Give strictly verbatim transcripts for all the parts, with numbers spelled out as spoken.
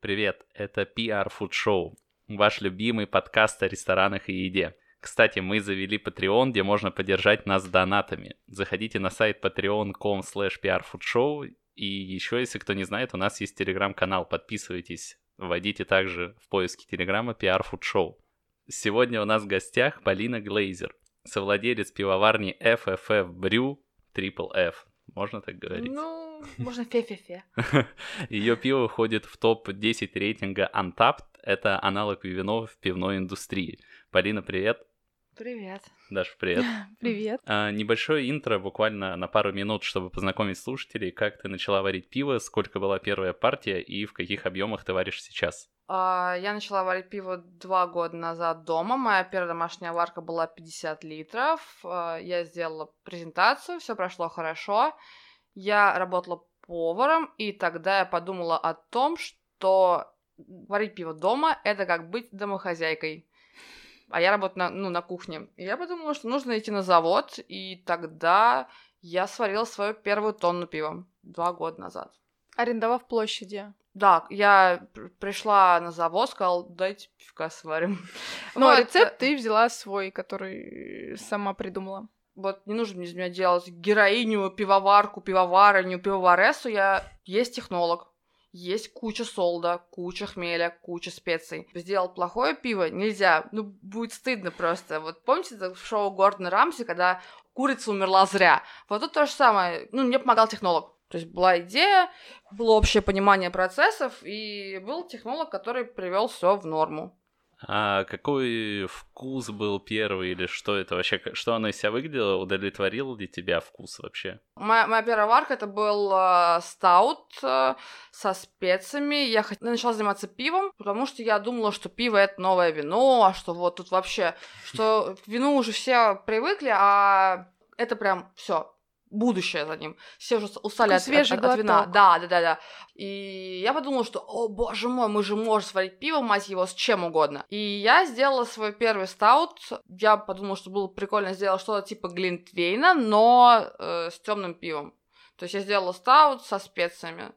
Привет, это пи ар Food Show, ваш любимый подкаст о ресторанах и еде. Кстати, мы завели Patreon, где можно поддержать нас донатами. Заходите на сайт patreon точка com slash пи ар Food Show. И еще, если кто не знает, у нас есть телеграм-канал, подписывайтесь. Вводите также в поиске телеграма пи ар Food Show. Сегодня у нас в гостях Полина Глейзер, совладелец пивоварни эф эф эф Brew Triple F. Можно так говорить? Ну, можно фе-фе-фе. Ее пиво входит в топ десять рейтинга Untapped. Это аналог вино в пивной индустрии. Полина, привет. Привет. Даша, привет. Привет. А, небольшое интро, буквально на пару минут, чтобы познакомить слушателей, как ты начала варить пиво, сколько была первая партия и в каких объемах ты варишь сейчас. А, я начала варить пиво два года назад дома. Моя первая домашняя варка была пятьдесят литров. А, я сделала презентацию, все прошло хорошо. Я работала поваром, и тогда я подумала о том, что варить пиво дома — это как быть домохозяйкой. А я работаю на, ну, на кухне. И я подумала, что нужно идти на завод, и тогда я сварила свою первую тонну пива два года назад. Арендовав площади. Да, я пришла на завод, сказала, дайте пивка сварим. Ну, а вот. рецепт ты взяла свой, который сама придумала. Вот не нужно из меня делать героиню, пивоварку, пивоварню, пивоварессу. Я есть технолог. Есть куча солода, куча хмеля, куча специй. Сделал плохое пиво нельзя. Ну, будет стыдно просто. Вот помните это шоу Гордона Рамси, когда курица умерла зря? Вот тут то же самое. Ну, мне помогал технолог. То есть была идея, было общее понимание процессов, и был технолог, который привел все в норму. А какой вкус был первый, или что это вообще, что оно из себя выглядело, удовлетворил ли тебя вкус вообще? Моя, моя первая варка, это был э, стаут э, со специями. Я хот... начала заниматься пивом, потому что я думала, что пиво — это новое вино, а что вот тут вообще, что к вину уже все привыкли, а это прям все. Будущее за ним. Все уже устали от, от, от, от вина. Да, да, да, да. И я подумала, что, о, боже мой, мы же можем сварить пиво, мать его, с чем угодно. И я сделала свой первый стаут. Я подумала, что было прикольно сделать что-то типа глинтвейна, но э, с темным пивом. То есть я сделала стаут со специями.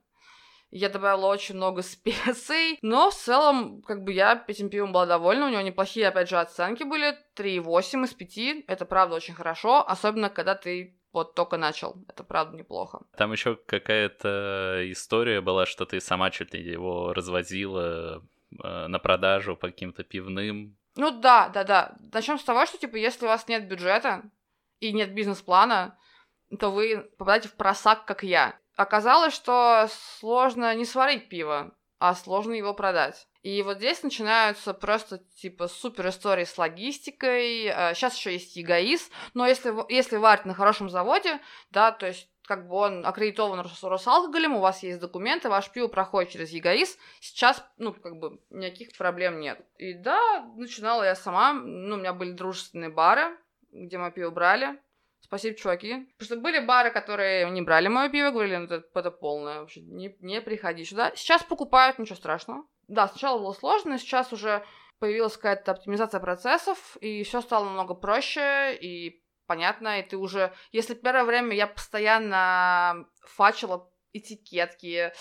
Я добавила очень много специй, но в целом, как бы, я этим пивом была довольна. У него неплохие, опять же, оценки были. три и восемь из пяти. Это, правда, очень хорошо. Особенно, когда ты вот только начал. Это, правда, неплохо. Там еще какая-то история была, что ты сама чуть ли его развозила э, на продажу по каким-то пивным. Ну да, да, да. Начнем с того, что, типа, если у вас нет бюджета и нет бизнес-плана, то вы попадаете в просак, как я. Оказалось, что сложно не сварить пиво, а сложно его продать. И вот здесь начинаются просто, типа, супер истории с логистикой. Сейчас еще есть ЕГАИС, но если, если варить на хорошем заводе, да, то есть как бы он аккредитован Росалкоголем, у вас есть документы, ваше пиво проходит через ЕГАИС, сейчас, ну, как бы, никаких проблем нет. И да, начинала я сама, ну, у меня были дружественные бары, где мы пиво брали. Спасибо, чуваки. Потому что были бары, которые не брали мое пиво, говорили, ну, это, это полное, вообще, не, не приходи сюда. Сейчас покупают, ничего страшного. Да, сначала было сложно, сейчас уже появилась какая-то оптимизация процессов, и все стало намного проще и понятно, и ты уже... Если первое время я постоянно фачила этикетки,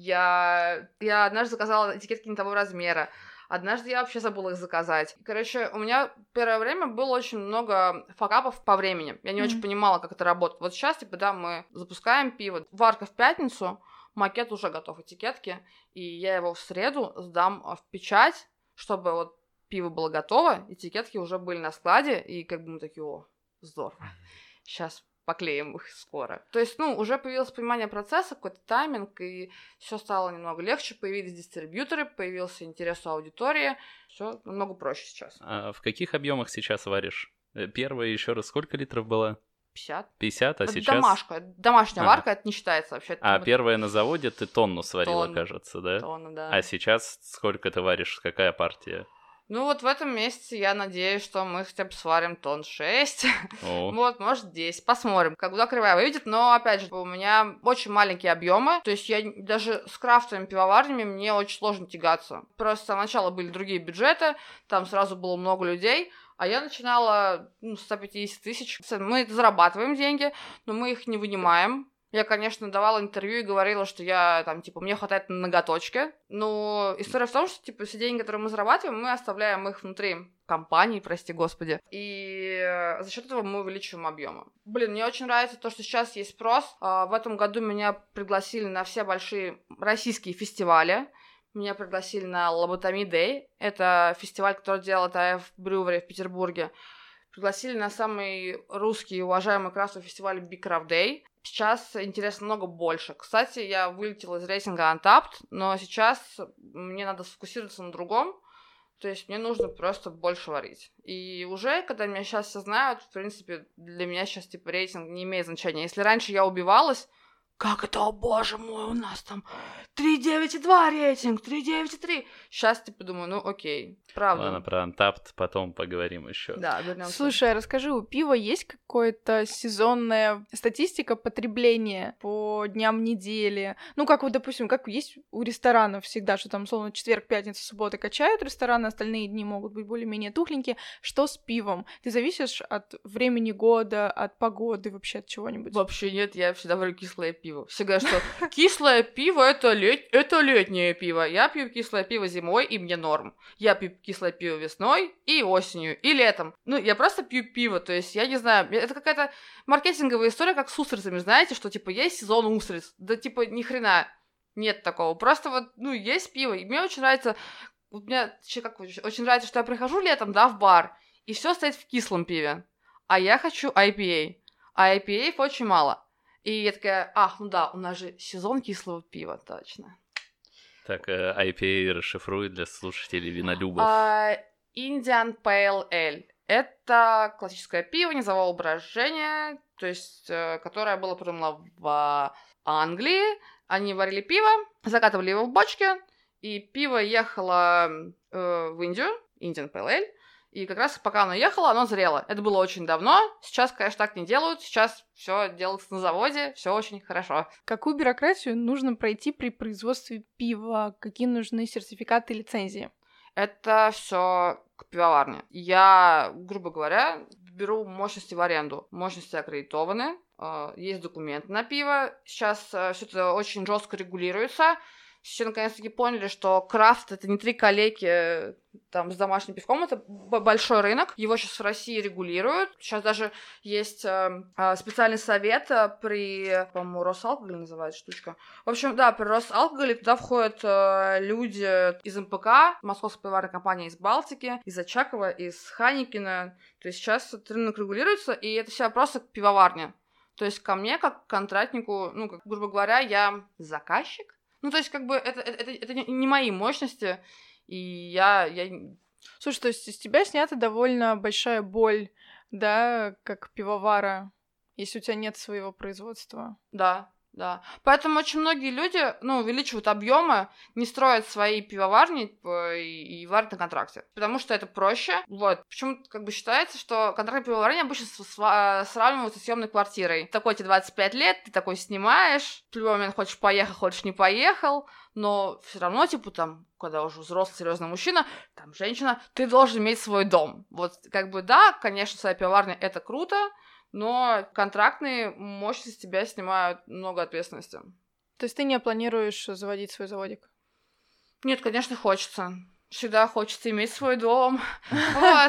я, я однажды заказала этикетки не того размера, однажды я вообще забыла их заказать. Короче, у меня первое время было очень много факапов по времени. Я не mm-hmm. очень понимала, как это работает. Вот сейчас, типа, да, мы запускаем пиво, варка в пятницу, макет уже готов, этикетки, и я его в среду сдам в печать, чтобы вот пиво было готово, этикетки уже были на складе, и как бы мы такие, о, здорово, сейчас поклеим их скоро. То есть, ну, уже появилось понимание процесса, какой-то тайминг, и все стало немного легче, появились дистрибьюторы, появился интерес у аудитории, все намного проще сейчас. А в каких объемах сейчас варишь? Первая еще раз сколько литров было? пятьдесят. пятьдесят, а это сейчас... домашка, домашняя а. варка, это не считается вообще. А вот... первая на заводе ты тонну сварила, тонну. кажется, да? Тонну, да. А сейчас сколько ты варишь, какая партия? Ну вот в этом месяце я надеюсь, что мы хотя бы сварим тонн шесть. Вот, может, десять. Посмотрим, как куда кривая выйдет. Но, опять же, у меня очень маленькие объемы. То есть я даже с крафтовыми пивоварнями мне очень сложно тягаться. Просто сначала были другие бюджеты, там сразу было много людей. А я начинала ну, с ста пятидесяти тысяч. Мы зарабатываем деньги, но мы их не вынимаем. Я, конечно, давала интервью и говорила, что я там, типа, мне хватает на ноготочки. Но история в том, что, типа, все деньги, которые мы зарабатываем, мы оставляем их внутри компании, прости господи. И за счет этого мы увеличиваем объемы. Блин, мне очень нравится то, что сейчас есть спрос. В этом году меня пригласили на все большие российские фестивали. Меня пригласили на Lobotomy Day. Это фестиваль, который делает эй эф Brewery в Петербурге. Пригласили на самый русский и уважаемый крафтовый фестиваль Big Craft Day. Сейчас интересно много больше. Кстати, я вылетела из рейтинга Untapped, но сейчас мне надо сфокусироваться на другом. То есть мне нужно просто больше варить. И уже, когда меня сейчас все знают, в принципе, для меня сейчас типа рейтинг не имеет значения. Если раньше я убивалась, как это, о боже мой, у нас там три девять и два рейтинг, три девять и три. Сейчас, типа, думаю, ну окей, правда. Ладно, про Untapped потом поговорим еще. Да, вернемся. Слушай, а расскажи, у пива есть какая-то сезонная статистика потребления по дням недели? Ну, как вот, допустим, как есть у ресторанов всегда, что там, условно, четверг, пятница, суббота качают рестораны, остальные дни могут быть более-менее тухленькие. Что с пивом? Ты зависишь от времени года, от погоды, вообще от чего-нибудь? Вообще нет, я всегда варю кислое пиво. Все говорят, что кислое пиво это, лет... это летнее пиво. Я пью кислое пиво зимой, и мне норм. Я пью кислое пиво весной и осенью, и летом. Ну, я просто пью пиво, то есть, я не знаю, это какая-то маркетинговая история, как с устрицами, знаете, что, типа, есть сезон устриц. Да, типа, ни хрена нет такого. Просто вот, ну, есть пиво, и мне очень нравится, у меня, как, очень нравится, что я прихожу летом, да, в бар, и все стоит в кислом пиве. А я хочу ай пи эй. А ай пи эй очень мало. И я такая, ах, ну да, у нас же сезон кислого пива, точно. Так, ай пи эй расшифрует для слушателей винолюбов. Uh, Indian Pale Ale. Это классическое пиво низового брожения, то есть, которое было придумано в Англии. Они варили пиво, закатывали его в бочки, и пиво ехало э, в Индию, Indian Pale Ale. И как раз пока оно ехало, оно зрело. Это было очень давно. Сейчас, конечно, так не делают. Сейчас все делается на заводе, все очень хорошо. Какую бюрократию нужно пройти при производстве пива? Какие нужны сертификаты и лицензии? Это все к пивоварне. Я, грубо говоря, беру мощности в аренду. Мощности аккредитованы, есть документы на пиво. Сейчас все это очень жестко регулируется. Все наконец-таки поняли, что крафт — это не три коллеги там с домашним пивком, это большой рынок. Его сейчас в России регулируют. Сейчас даже есть э, специальный совет при, по-моему, Росалкоголе называется штучка. В общем, да, при Росалкоголе туда входят э, люди из эм пэ ка, Московская пивоварная компания из Балтики, из Очакова, из Ханикина. То есть сейчас этот рынок регулируется, и это все вопросы к пивоварне. То есть ко мне, как к контрактнику, ну, как, грубо говоря, я заказчик. Ну, то есть, как бы, это, это, это не мои мощности, и я, я... Слушай, то есть с тебя снята довольно большая боль, да, как пивовара, если у тебя нет своего производства. Да, да. Поэтому очень многие люди, ну, увеличивают объемы, не строят свои пивоварни и, и варят на контракте, потому что это проще. Вот. Почему как бы считается, что контракт пивоварни обычно сравнивают с съемной квартирой. Такой тебе двадцать пять лет, ты такой снимаешь, в любой момент хочешь поехал, хочешь не поехал, но все равно, типа, там, когда уже взрослый, серьезный мужчина, там, женщина, ты должен иметь свой дом. Вот, как бы, да, конечно, своя пивоварня — это круто, но контрактные мощности с тебя снимают много ответственности. То есть ты не планируешь заводить свой заводик? Нет, конечно, хочется. Всегда хочется иметь свой дом. Вот,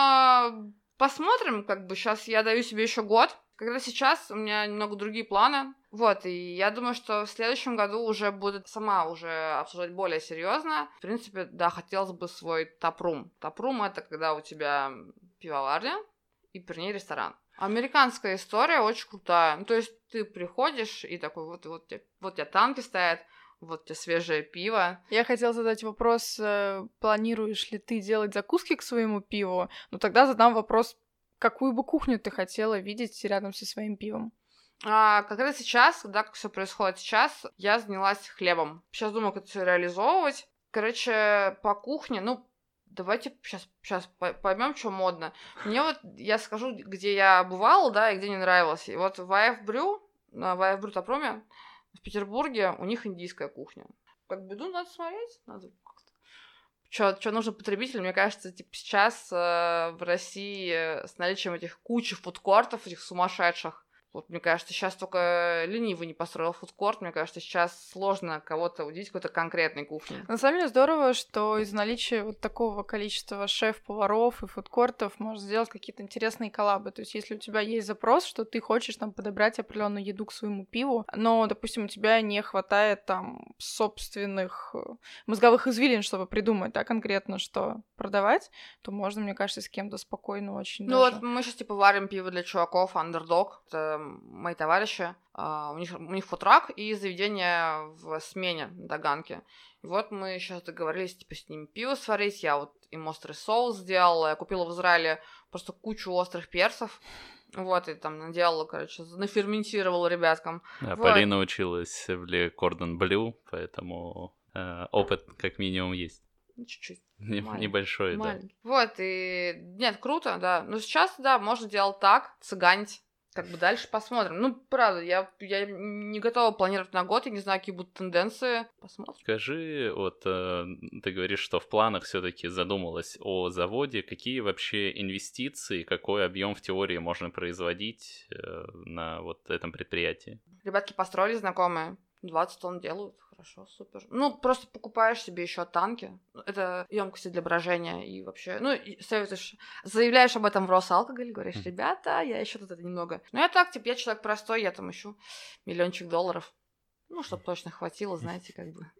но посмотрим, как бы сейчас я даю себе еще год. Когда сейчас у меня немного другие планы. Вот, и я думаю, что в следующем году уже будет сама уже обсуждать более серьезно. В принципе, да, хотелось бы свой тапрум. Тапрум — это когда у тебя пивоварня и при ней ресторан. Американская история очень крутая. Ну, то есть ты приходишь и такой, вот, вот, вот, вот у тебя танки стоят, вот у тебя свежее пиво. Я хотела задать вопрос, планируешь ли ты делать закуски к своему пиву? Ну, тогда задам вопрос, какую бы кухню ты хотела видеть рядом со своим пивом? А, когда сейчас, да, как все происходит сейчас, я занялась хлебом. Сейчас думаю, как это все реализовывать. Короче, по кухне, ну, давайте сейчас, сейчас поймем, что модно. Мне вот, я скажу, где я бывала, да, и где мне нравилось. И вот в эй эф Brew, в эй эф Brew Топроме, в Петербурге, у них индийская кухня. Как бы, ну, надо смотреть, надо как-то. Что нужно потребителям, мне кажется, типа сейчас э, в России с наличием этих кучи фудкортов, этих сумасшедших, Вот, мне кажется, сейчас только ленивый не построил фудкорт. Мне кажется, сейчас сложно кого-то удивить какой-то конкретной кухней. На самом деле здорово, что из наличия вот такого количества шеф-поваров и фудкортов можно сделать какие-то интересные коллабы. То есть, если у тебя есть запрос, что ты хочешь там подобрать определенную еду к своему пиву, но, допустим, у тебя не хватает там собственных мозговых извилин, чтобы придумать, да, конкретно, что продавать, то можно, мне кажется, с кем-то спокойно очень Ну даже... вот мы сейчас типа варим пиво для чуваков, Underdog, это мои товарищи, uh, у них, у них футрак и заведение в смене на Таганке. И вот мы сейчас договорились типа с ними пиво сварить, я вот им острый соус сделала, я купила в Израиле просто кучу острых перцев. Вот, и там наделала, короче, наферментировала ребяткам. Да, вот. Полина училась в Le Cordon Bleu, поэтому э, опыт как минимум есть. Ну, чуть-чуть. Не, небольшой, маленький. да. Вот, и... Нет, круто, да. Но сейчас, да, можно делать так, цыганить. Как бы дальше посмотрим. Ну, правда, я, я не готова планировать на год, я не знаю, какие будут тенденции. Посмотрим. Скажи, вот э, ты говоришь, что в планах все-таки задумалась о заводе. Какие вообще инвестиции, какой объем в теории можно производить э, на вот этом предприятии? Ребятки построили знакомые. двадцать тонн делают. Хорошо, супер. Ну, просто покупаешь себе еще танки. Это емкости для брожения и вообще... Ну, и советуешь, заявляешь об этом в Росалкоголь, говоришь, ребята, я еще тут это немного. Ну, я так, типа, я человек простой, я там ищу миллиончик долларов. Ну, чтобы точно хватило, знаете, как бы.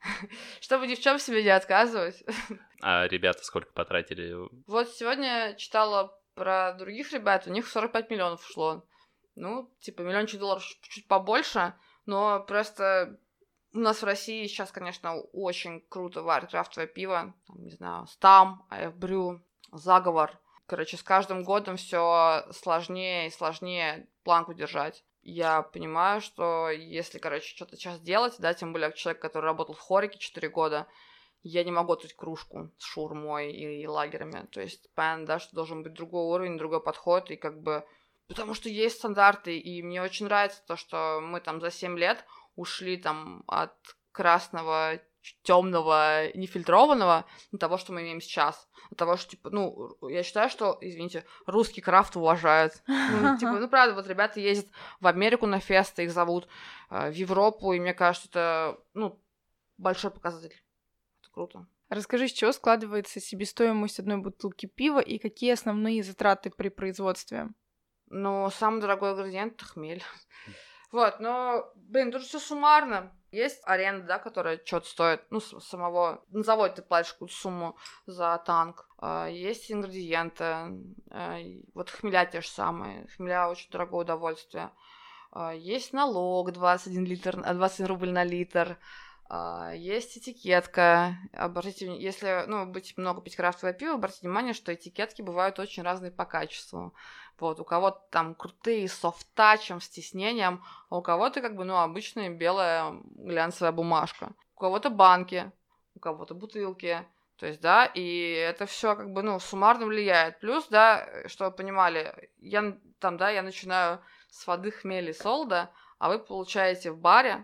Чтобы ни в чем себе не отказывать. А ребята сколько потратили? Вот сегодня читала про других ребят, у них сорок пять миллионов ушло. Ну, типа, миллиончик долларов чуть побольше, но просто... У нас в России сейчас, конечно, очень круто варят крафтовое пиво. Там, не знаю, Стам, эй эф Brew, Заговор. Короче, с каждым годом все сложнее и сложнее планку держать. Я понимаю, что если, короче, что-то сейчас делать, да, тем более человек, который работал в Хорике четыре года, я не могу открыть кружку с шаурмой и, и лагерями. То есть, понятно, да, что должен быть другой уровень, другой подход, и как бы... Потому что есть стандарты, и мне очень нравится то, что мы там за семь лет ушли там от красного, темного, нефильтрованного до того, что мы имеем сейчас. От того, что, типа, ну, я считаю, что, извините, русский крафт уважают. Ну, типа, ну, правда, вот ребята ездят в Америку на фесты, их зовут, в Европу, и мне кажется, это, ну, большой показатель. Это круто. Расскажи, с чего складывается себестоимость одной бутылки пива и какие основные затраты при производстве? Ну, самый дорогой ингредиент — это хмель. Вот, но, блин, тут все суммарно. Есть аренда, да, которая что-то стоит, ну, самого... На заводе ты платишь какую-то сумму за танк. Есть ингредиенты. Вот хмеля те же самые. Хмеля очень дорогое удовольствие. Есть налог двадцать один литр, двадцать один рубль на литр. Есть этикетка. Обратите, если, ну, будете много пить крафтовое пиво, обратите внимание, что этикетки бывают очень разные по качеству. Вот, у кого-то там крутые с софт-тачем, с тиснением, а у кого-то как бы, ну, обычная белая глянцевая бумажка. У кого-то банки, у кого-то бутылки. То есть, да, и это все как бы, ну, суммарно влияет. Плюс, да, что вы понимали, я там, да, я начинаю с воды, хмели, солода, а вы получаете в баре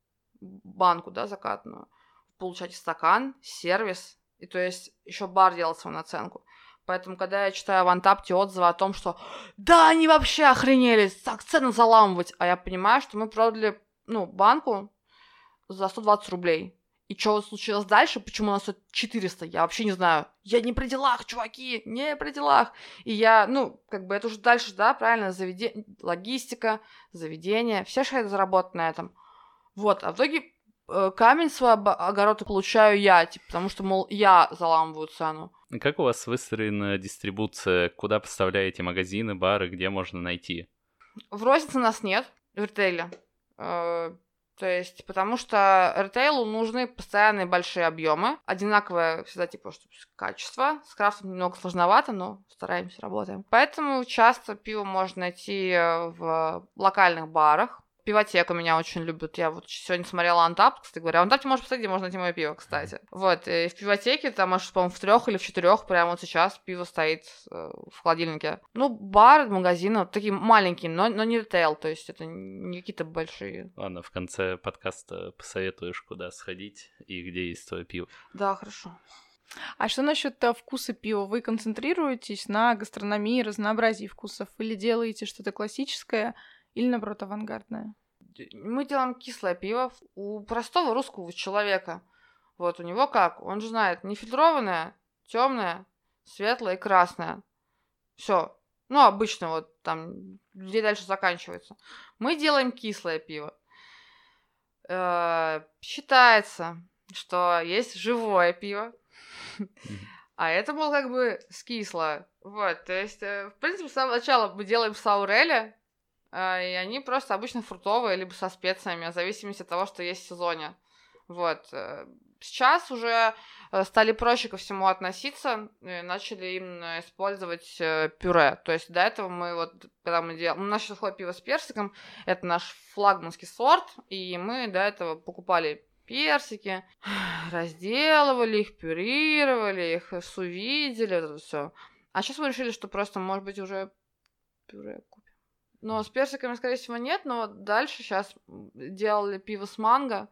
банку, да, закатанную, получаете стакан, сервис, и то есть еще бар делает свою наценку. Поэтому, когда я читаю в Антапте отзывы о том, что да, они вообще охренели, так цены заламывать, а я понимаю, что мы продали, ну, банку за сто двадцать рублей. И что случилось дальше, почему у нас стоит четыреста, я вообще не знаю. Я не при делах, чуваки, не при делах. И я, ну, как бы это уже дальше, да, правильно, заведение, логистика, заведение, все шеи заработают на этом. Вот, а в итоге э, камень свой огород получаю я, типа, потому что, мол, я заламываю цену. Как у вас выстроена дистрибуция? Куда поставляете магазины, бары, где можно найти? В рознице нас нет, в ритейле. Э, то есть, потому что ритейлу нужны постоянные большие объемы, одинаковое всегда, типа, чтобы качество. С крафтом немного сложновато, но стараемся, работаем. Поэтому часто пиво можно найти в локальных барах. Пивотека меня очень любят. Я вот сегодня смотрела Антап, кстати говоря. В Антапте можешь посмотреть, где можно найти мое пиво, кстати. Вот, и в пивотеке, там, аж, по-моему, в трех или в четырех прямо вот сейчас пиво стоит э, в холодильнике. Ну, бар, магазины, вот такие маленькие, но, но не ритейл, то есть это не какие-то большие. Ладно, в конце подкаста посоветуешь, куда сходить и где есть твое пиво. Да, хорошо. А что насчет вкуса пива? Вы концентрируетесь на гастрономии, разнообразии вкусов или делаете что-то классическое Или, наоборот, авангардное? Мы делаем кислое пиво у простого русского человека. Вот у него как? Он же знает, нефильтрованное, темное, светлое и красное. Все. Ну, обычно вот там, где дальше заканчивается. Мы делаем кислое пиво. Э, считается, что есть живое пиво, а это, мол, как бы скисло. Вот, то есть, э, в принципе, с самого начала мы делаем саурели, э, и они просто обычно фруктовые, либо со специями, в зависимости от того, что есть в сезоне. Вот. э, Сейчас уже э, стали проще ко всему относиться, и начали именно использовать э, пюре. То есть до этого мы вот, когда мы делали... У нас сейчас ходит пиво с персиком, это наш флагманский сорт, и мы до этого покупали персики, разделывали их, пюрировали их, сувидели, вот это все. А сейчас мы решили, что просто, может быть, уже пюре купим. Но с персиками, скорее всего, нет, но вот дальше сейчас делали пиво с манго,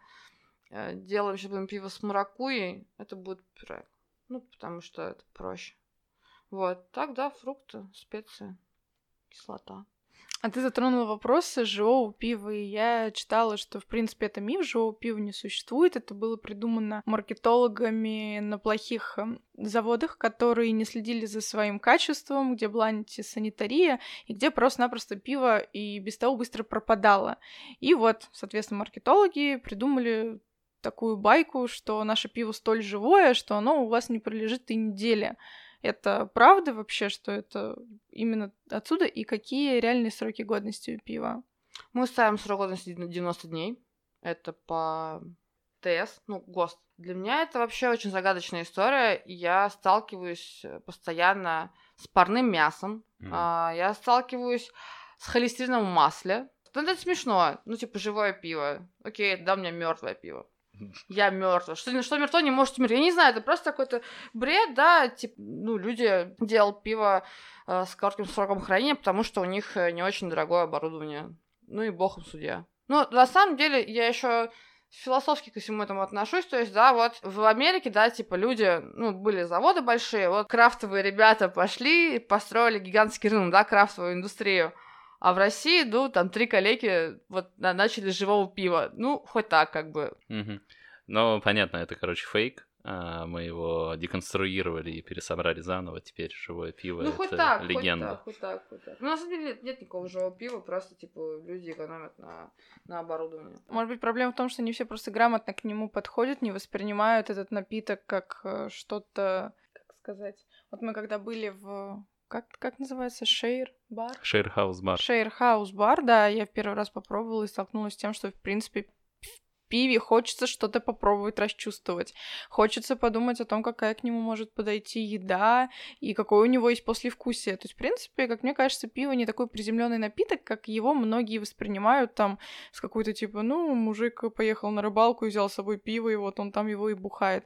делаем сейчас будем пиво с маракуйей, это будет пюре. Ну, потому что это проще. Вот, так, да, фрукты, специи, кислота. А ты затронула вопросы живого пива, и я читала, что, в принципе, это миф, живого пива не существует. Это было придумано маркетологами на плохих заводах, которые не следили за своим качеством, где была антисанитария, и где просто-напросто пиво и без того быстро пропадало. И вот, соответственно, маркетологи придумали такую байку, что наше пиво столь живое, что оно у вас не пролежит и недели. Это правда вообще, что это именно отсюда? И какие реальные сроки годности у пива? Мы ставим срок годности девяносто дней. Это по ТС, ну, ГОСТ. Для меня это вообще очень загадочная история. Я сталкиваюсь постоянно с парным мясом. Mm. Я сталкиваюсь с холестерином в масле. Ну, это смешно. Ну, типа, живое пиво. Окей, да, у меня мертвое пиво. Я мертва. Что, что мертво не может умереть? Я не знаю, это просто какой-то бред, да, типа, ну, люди делают пиво э, с коротким сроком хранения, потому что у них не очень дорогое оборудование. Ну и бог им судья. Ну, на самом деле, я еще философски ко всему этому отношусь, то есть, да, вот в Америке, да, типа, люди, ну, были заводы большие, вот крафтовые ребята пошли и построили гигантский рынок, да, крафтовую индустрию. А в России, ну, там три коллеги вот начали с живого пива. Ну, хоть так, как бы. Угу. Ну, понятно, это, короче, фейк. А мы его деконструировали и пересобрали заново. Теперь живое пиво — ну, это хоть так, легенда. Хоть так, хоть так, хоть так. Ну, на самом деле нет, нет никакого живого пива, просто, типа, люди экономят на, на оборудовании. Может быть, проблема в том, что не все просто грамотно к нему подходят, не воспринимают этот напиток как э, что-то, как сказать... Вот мы когда были в... Как, как называется? Шейр-бар? Шейр-хаус-бар. Шейр-хаус-бар, да. Я в первый раз попробовала и столкнулась с тем, что, в принципе, в пиве хочется что-то попробовать, расчувствовать. Хочется подумать о том, какая к нему может подойти еда и какое у него есть послевкусие. То есть, в принципе, как мне кажется, пиво не такой приземленный напиток, как его многие воспринимают там с какой-то типа, ну, мужик поехал на рыбалку и взял с собой пиво, и вот он там его и бухает.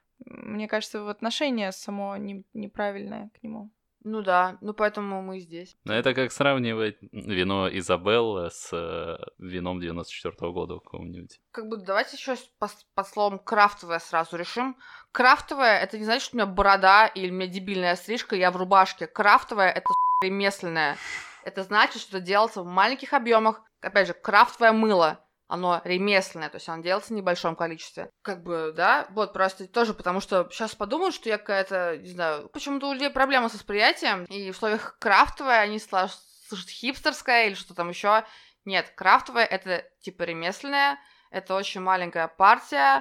Мне кажется, отношение само не, неправильное к нему. Ну да, ну поэтому мы здесь. Но это как сравнивать вино Изабелла с э, вином девяносто четвёртого года у кого-нибудь. Как бы давайте еще под, под словом крафтовое сразу решим. Крафтовое — это не значит, что у меня борода или у меня дебильная стрижка, я в рубашке. Крафтовое — это ремесленное. Это значит, что это делается в маленьких объемах. Опять же, крафтовое мыло. Оно ремесленное, то есть оно делается в небольшом количестве. Как бы, да, вот просто тоже потому, что сейчас подумают, что я какая-то, не знаю, почему-то у людей проблема с восприятием, и в словах крафтовое они слышат хипстерское или что там еще. Нет, крафтовое — это типа ремесленное, это очень маленькая партия,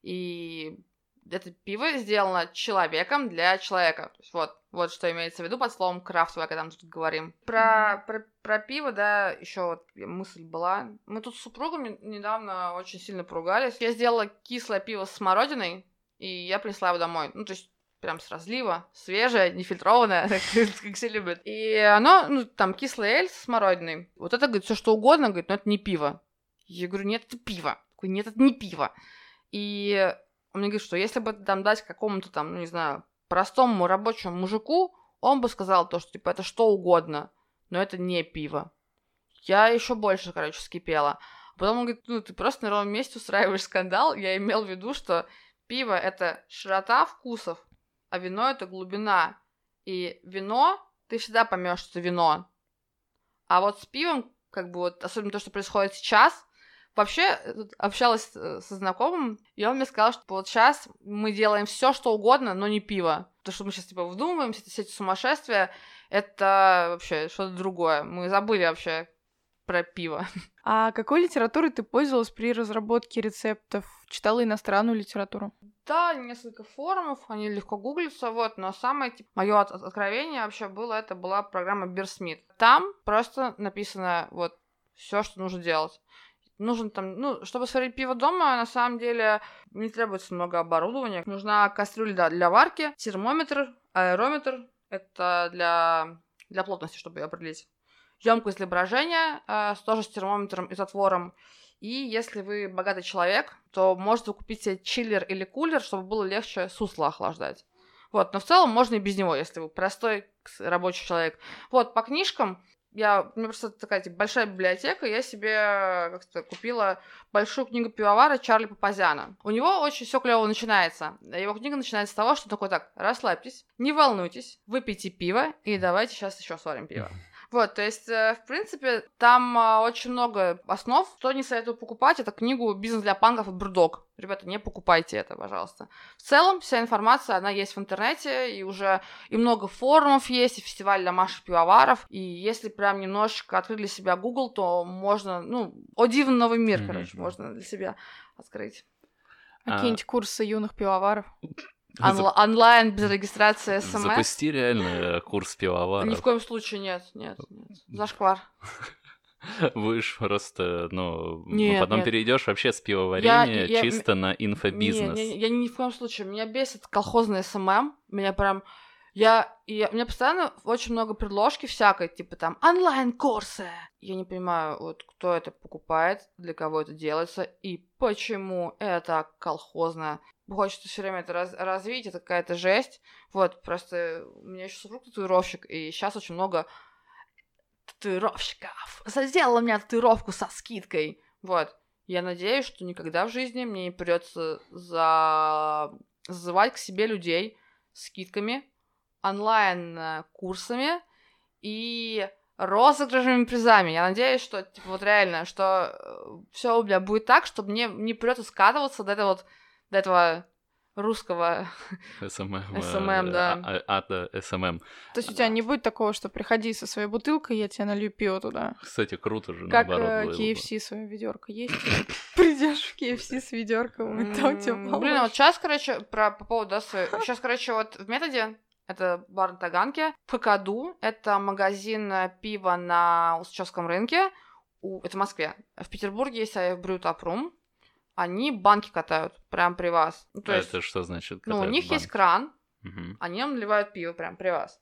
и это пиво сделано человеком для человека. То есть вот, вот что имеется в виду под словом крафтовое, когда мы тут говорим. Про, mm-hmm. про, про пиво, да, еще вот мысль была. Мы тут с супругом недавно очень сильно поругались. Я сделала кислое пиво с смородиной, и я принесла его домой. Ну, то есть прям с разлива, свежее, нефильтрованное, как все любят. И оно, ну, там, кислый эль с смородиной. Вот это, говорит, все что угодно, говорит, но это не пиво. Я говорю, нет, это пиво. Такой, нет, это не пиво. И он мне говорит, что если бы там дать какому-то там, ну, не знаю, простому рабочему мужику, он бы сказал то, что, типа, это что угодно, но это не пиво. Я еще больше, короче, вскипела. Потом он говорит, ну, ты просто на ровном месте устраиваешь скандал. Я имел в виду, что пиво — это широта вкусов, а вино — это глубина. И вино, ты всегда поймешь, что вино. А вот с пивом как бы вот, особенно то, что происходит сейчас. Вообще, общалась со знакомым, и он мне сказал, что вот сейчас мы делаем все, что угодно, но не пиво. То, что мы сейчас, типа, вдумываемся, все эти сумасшествия, это вообще что-то другое. Мы забыли вообще про пиво. А какой литературой ты пользовалась при разработке рецептов? Читала иностранную литературу? Да, несколько форумов, они легко гуглятся, вот, но самое, типа, моё от- откровение вообще было, это была программа Beersmith. Там просто написано, вот, все, что нужно делать. Нужно там, ну, чтобы сварить пиво дома, на самом деле не требуется много оборудования. Нужна кастрюля для, для варки, термометр, аэрометр, это для, для плотности, чтобы ее определить. Емкость для брожения, э, тоже с термометром и затвором. И если вы богатый человек, то можете купить себе чиллер или кулер, чтобы было легче сусло охлаждать. Вот, но в целом можно и без него, если вы простой рабочий человек. Вот, по книжкам... Я, у меня просто такая типа, большая библиотека, я себе как-то купила большую книгу пивовара Чарли Папазяна. У него очень все клево начинается. Его книга начинается с того, что такой так, расслабьтесь, не волнуйтесь, выпейте пиво и давайте сейчас еще сварим пиво. Вот, то есть, в принципе, там очень много основ. Что не советую покупать, это книгу «Бизнес для панков» от Брудок. Ребята, не покупайте это, пожалуйста. В целом, вся информация, она есть в интернете, и уже и много форумов есть, и фестиваль домашних пивоваров. И если прям немножечко открыть для себя Google, то можно, ну, о дивный новый мир, mm-hmm. короче, можно для себя открыть. Какие-нибудь а... курсы юных пивоваров? Онл- онлайн, без регистрации смс. Запусти реально курс пивоваров. Ни в коем случае нет, нет, нет. Зашквар. Будешь просто, ну, нет, потом нет. перейдешь вообще с пивоварения я, я, чисто я, на инфобизнес. Не, не, я ни в коем случае. Меня бесит колхозный СММ. Меня прям... Я, я, у меня постоянно очень много предложки всякой, типа там онлайн-курсы. Я не понимаю, вот кто это покупает, для кого это делается и почему это колхозное. Хочется все время это раз, развить, это какая-то жесть. Вот, просто у меня еще супруг татуировщик, и сейчас очень много татуировщиков. Сделала мне татуировку со скидкой. Вот. Я надеюсь, что никогда в жизни мне не придется за... зазывать к себе людей с скидками, онлайн-курсами и розыгрышными призами. Я надеюсь, что, типа, вот реально, что все у меня будет так, чтобы мне не придется скатываться до этого вот, до этого русского СММ, СММ, да. Ада СММ. То есть у тебя не будет такого, что приходи со своей бутылкой, я тебе налью пиво туда. Кстати, круто же, как наоборот. Как кей эф си свое ведерко есть. Придешь в кей эф си с ведерком, и там тебя положишь. Блин, вот сейчас, короче, про по поводу, да, сейчас, короче, вот в методе это бар на Таганке. Пакаду — это магазин пива на Усачевском рынке. У... Это в Москве. В Петербурге есть Брютапрум. Они банки катают прямо при вас. Ну, то а есть, это что значит? Ну, у них банки? есть кран, угу. Они нам наливают пиво прямо при вас.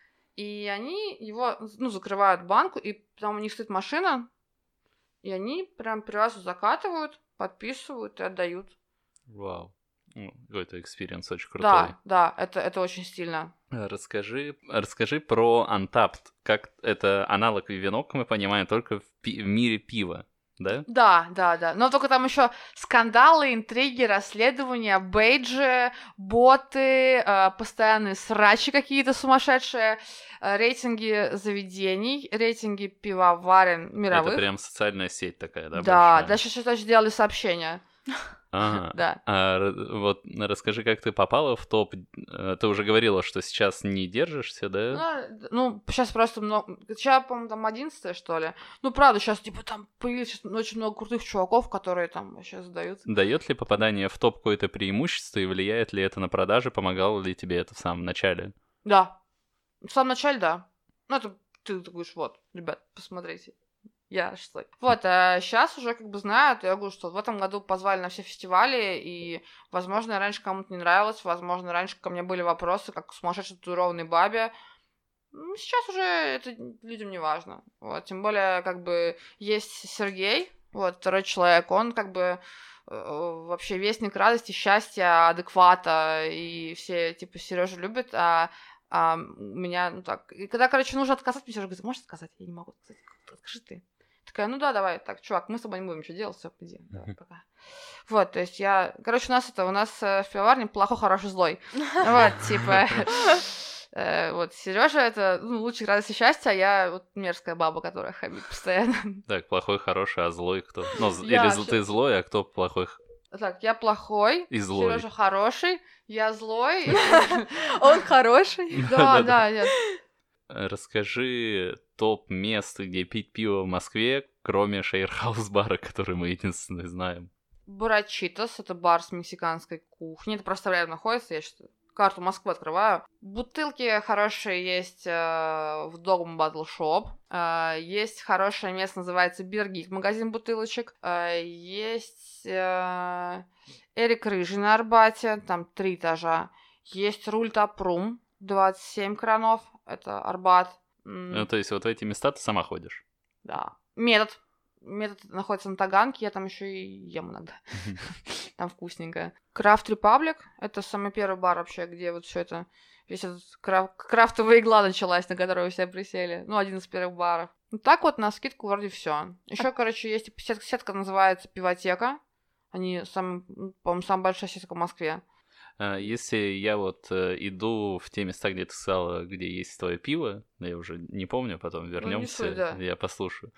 И они его, ну, закрывают банку, и там у них стоит машина, и они прям при вас закатывают, подписывают и отдают. Вау. Ну, какой-то экспириенс очень крутой. Да, да, это, это очень стильно. Расскажи, расскажи про Untappd. Как это аналог винок, мы понимаем, только в, пи- в мире пива, да? Да, да, да. Но только там еще скандалы, интриги, расследования, бейджи, боты, э, постоянные срачи какие-то сумасшедшие, э, рейтинги заведений, рейтинги пивоварен мировых. Это прям социальная сеть такая, да? Да, большая? да, сейчас еще сделали сообщения. Ага. Да. А вот расскажи, как ты попала в топ. Ты уже говорила, что сейчас не держишься, да? Ну, ну сейчас просто много... Сейчас, по-моему, там одиннадцатое, что ли. Ну, правда, сейчас, типа, там появилось очень много крутых чуваков, которые там вообще задают. Дает ли попадание в топ какое-то преимущество, и влияет ли это на продажи? Помогало ли тебе это в самом начале? Да. В самом начале, да. Ну, это ты, ты говоришь, вот, ребят, посмотрите. Я шестой. Вот, а сейчас уже как бы знают, я говорю, что в этом году позвали на все фестивали, и, возможно, раньше кому-то не нравилось, возможно, раньше ко мне были вопросы, как к сумасшедшей татуированной бабе. Сейчас уже это людям не важно. Вот, тем более, как бы, есть Сергей, вот, второй человек, он как бы э, вообще вестник радости, счастья, адеквата, и все, типа, Сережу любят, а, а меня, ну так... И когда, короче, нужно отказать, мне Сережа говорит, можешь отказать? Я не могу отказать. Откажи ты. Такая, ну да, давай, так, чувак, мы с тобой не будем ничего делать, все, иди, давай, пока. Вот, то есть я, короче, у нас это, у нас в пивоварне плохой, хороший, злой. Вот, типа, Э, вот, Сережа это ну, лучик радости и счастья, а я вот мерзкая баба, которая хамит постоянно. Так, плохой, хороший, а злой кто? Ну, з- Я или всё- зл- ты злой, а кто плохой х- Так, я плохой, и злой? Сережа хороший, я злой. Он хороший. Да, да, нет. Э, Расскажи топ мест, где пить пиво в Москве, кроме шейрхаус-бара, который мы единственные знаем. Бурачитос, это бар с мексиканской кухней. Это просто рядом находится, я сейчас карту Москвы открываю. Бутылки хорошие есть э, в Dogma Bottle Shop. Э, есть хорошее место, называется Бергик, магазин бутылочек. Э, есть э, Эрик Рыжий на Арбате, там три этажа. Есть Руль Тапрум, двадцать семь кранов, это Арбат. М, Ну, то есть вот в эти места ты сама ходишь. Да. Метод. Метод находится на Таганке, я там еще и ем иногда. Там вкусненько. Крафт Репаблик — это самый первый бар вообще, где вот все это, весь этот краф- крафтовая игла началась, на которую все присели. Ну, один из первых баров. Ну, так вот, на скидку вроде все. Еще, короче, есть типа сетка, сетка называется Пивотека. Они, сам, ну, по-моему, самая большая сетка в Москве. А, Если я вот э, иду в те места, где ты сказала, где есть твое пиво, я уже не помню, потом вернемся, суть, да. я послушаю.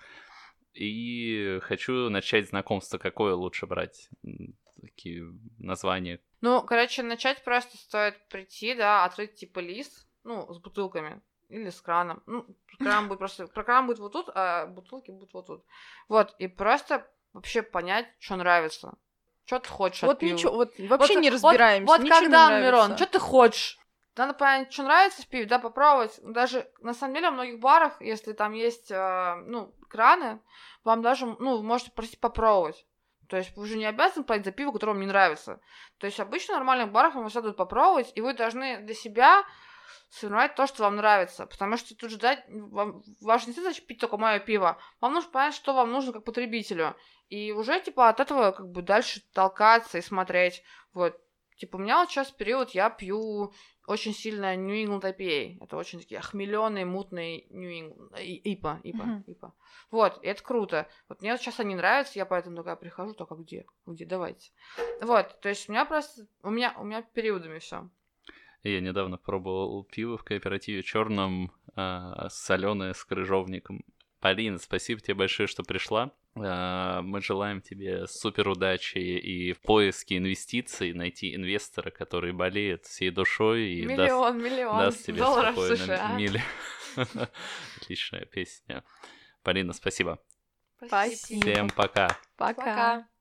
И хочу начать знакомство, какое лучше брать, М, такие названия. Ну, короче, начать просто стоит прийти, да, открыть типа лист, ну, с бутылками. Или с краном. Ну, кран будет просто... Про кран будет вот тут, а бутылки будут вот тут. Вот, и просто вообще понять, что нравится. Что ты хочешь от Вот пива. ничего, вот вообще Вот- не вот- разбираемся. Вот, ничего не когда, нравится. Мирон, что ты хочешь? Надо понять, что нравится в пиве, да, попробовать. Даже, на самом деле, в многих барах, если там есть, э, ну, краны, вам даже, ну, вы можете просить попробовать. То есть вы уже не обязаны платить за пиво, которое вам не нравится. То есть обычно в нормальных барах вам следует попробовать, и вы должны для себя сформировать то, что вам нравится. Потому что тут ждать... Вам, ваша не задача пить только мое пиво. Вам нужно понять, что вам нужно как потребителю. И уже, типа, от этого как бы дальше толкаться и смотреть. Вот. Типа, у меня вот сейчас период, я пью очень сильно New England ай пи эй. Это очень такие охмелённые, мутные New England... и- ипа, ипа, Мгм. ипа. Вот, и это круто. Вот мне вот сейчас они нравятся, я поэтому такая прихожу, только где? Где? Давайте. Вот, то есть у меня просто... У меня, у меня периодами все. Я недавно пробовал пиво в кооперативе черном, соленое с крыжовником. Полина, спасибо тебе большое, что пришла. А, Мы желаем тебе супер удачи и в поиске инвестиций, найти инвестора, который болеет всей душой и даст, Миллион, миллион даст тебе долларов спокойно США. милли- Отличная песня. Полина, спасибо. Спасибо. Всем пока. Пока. Пока.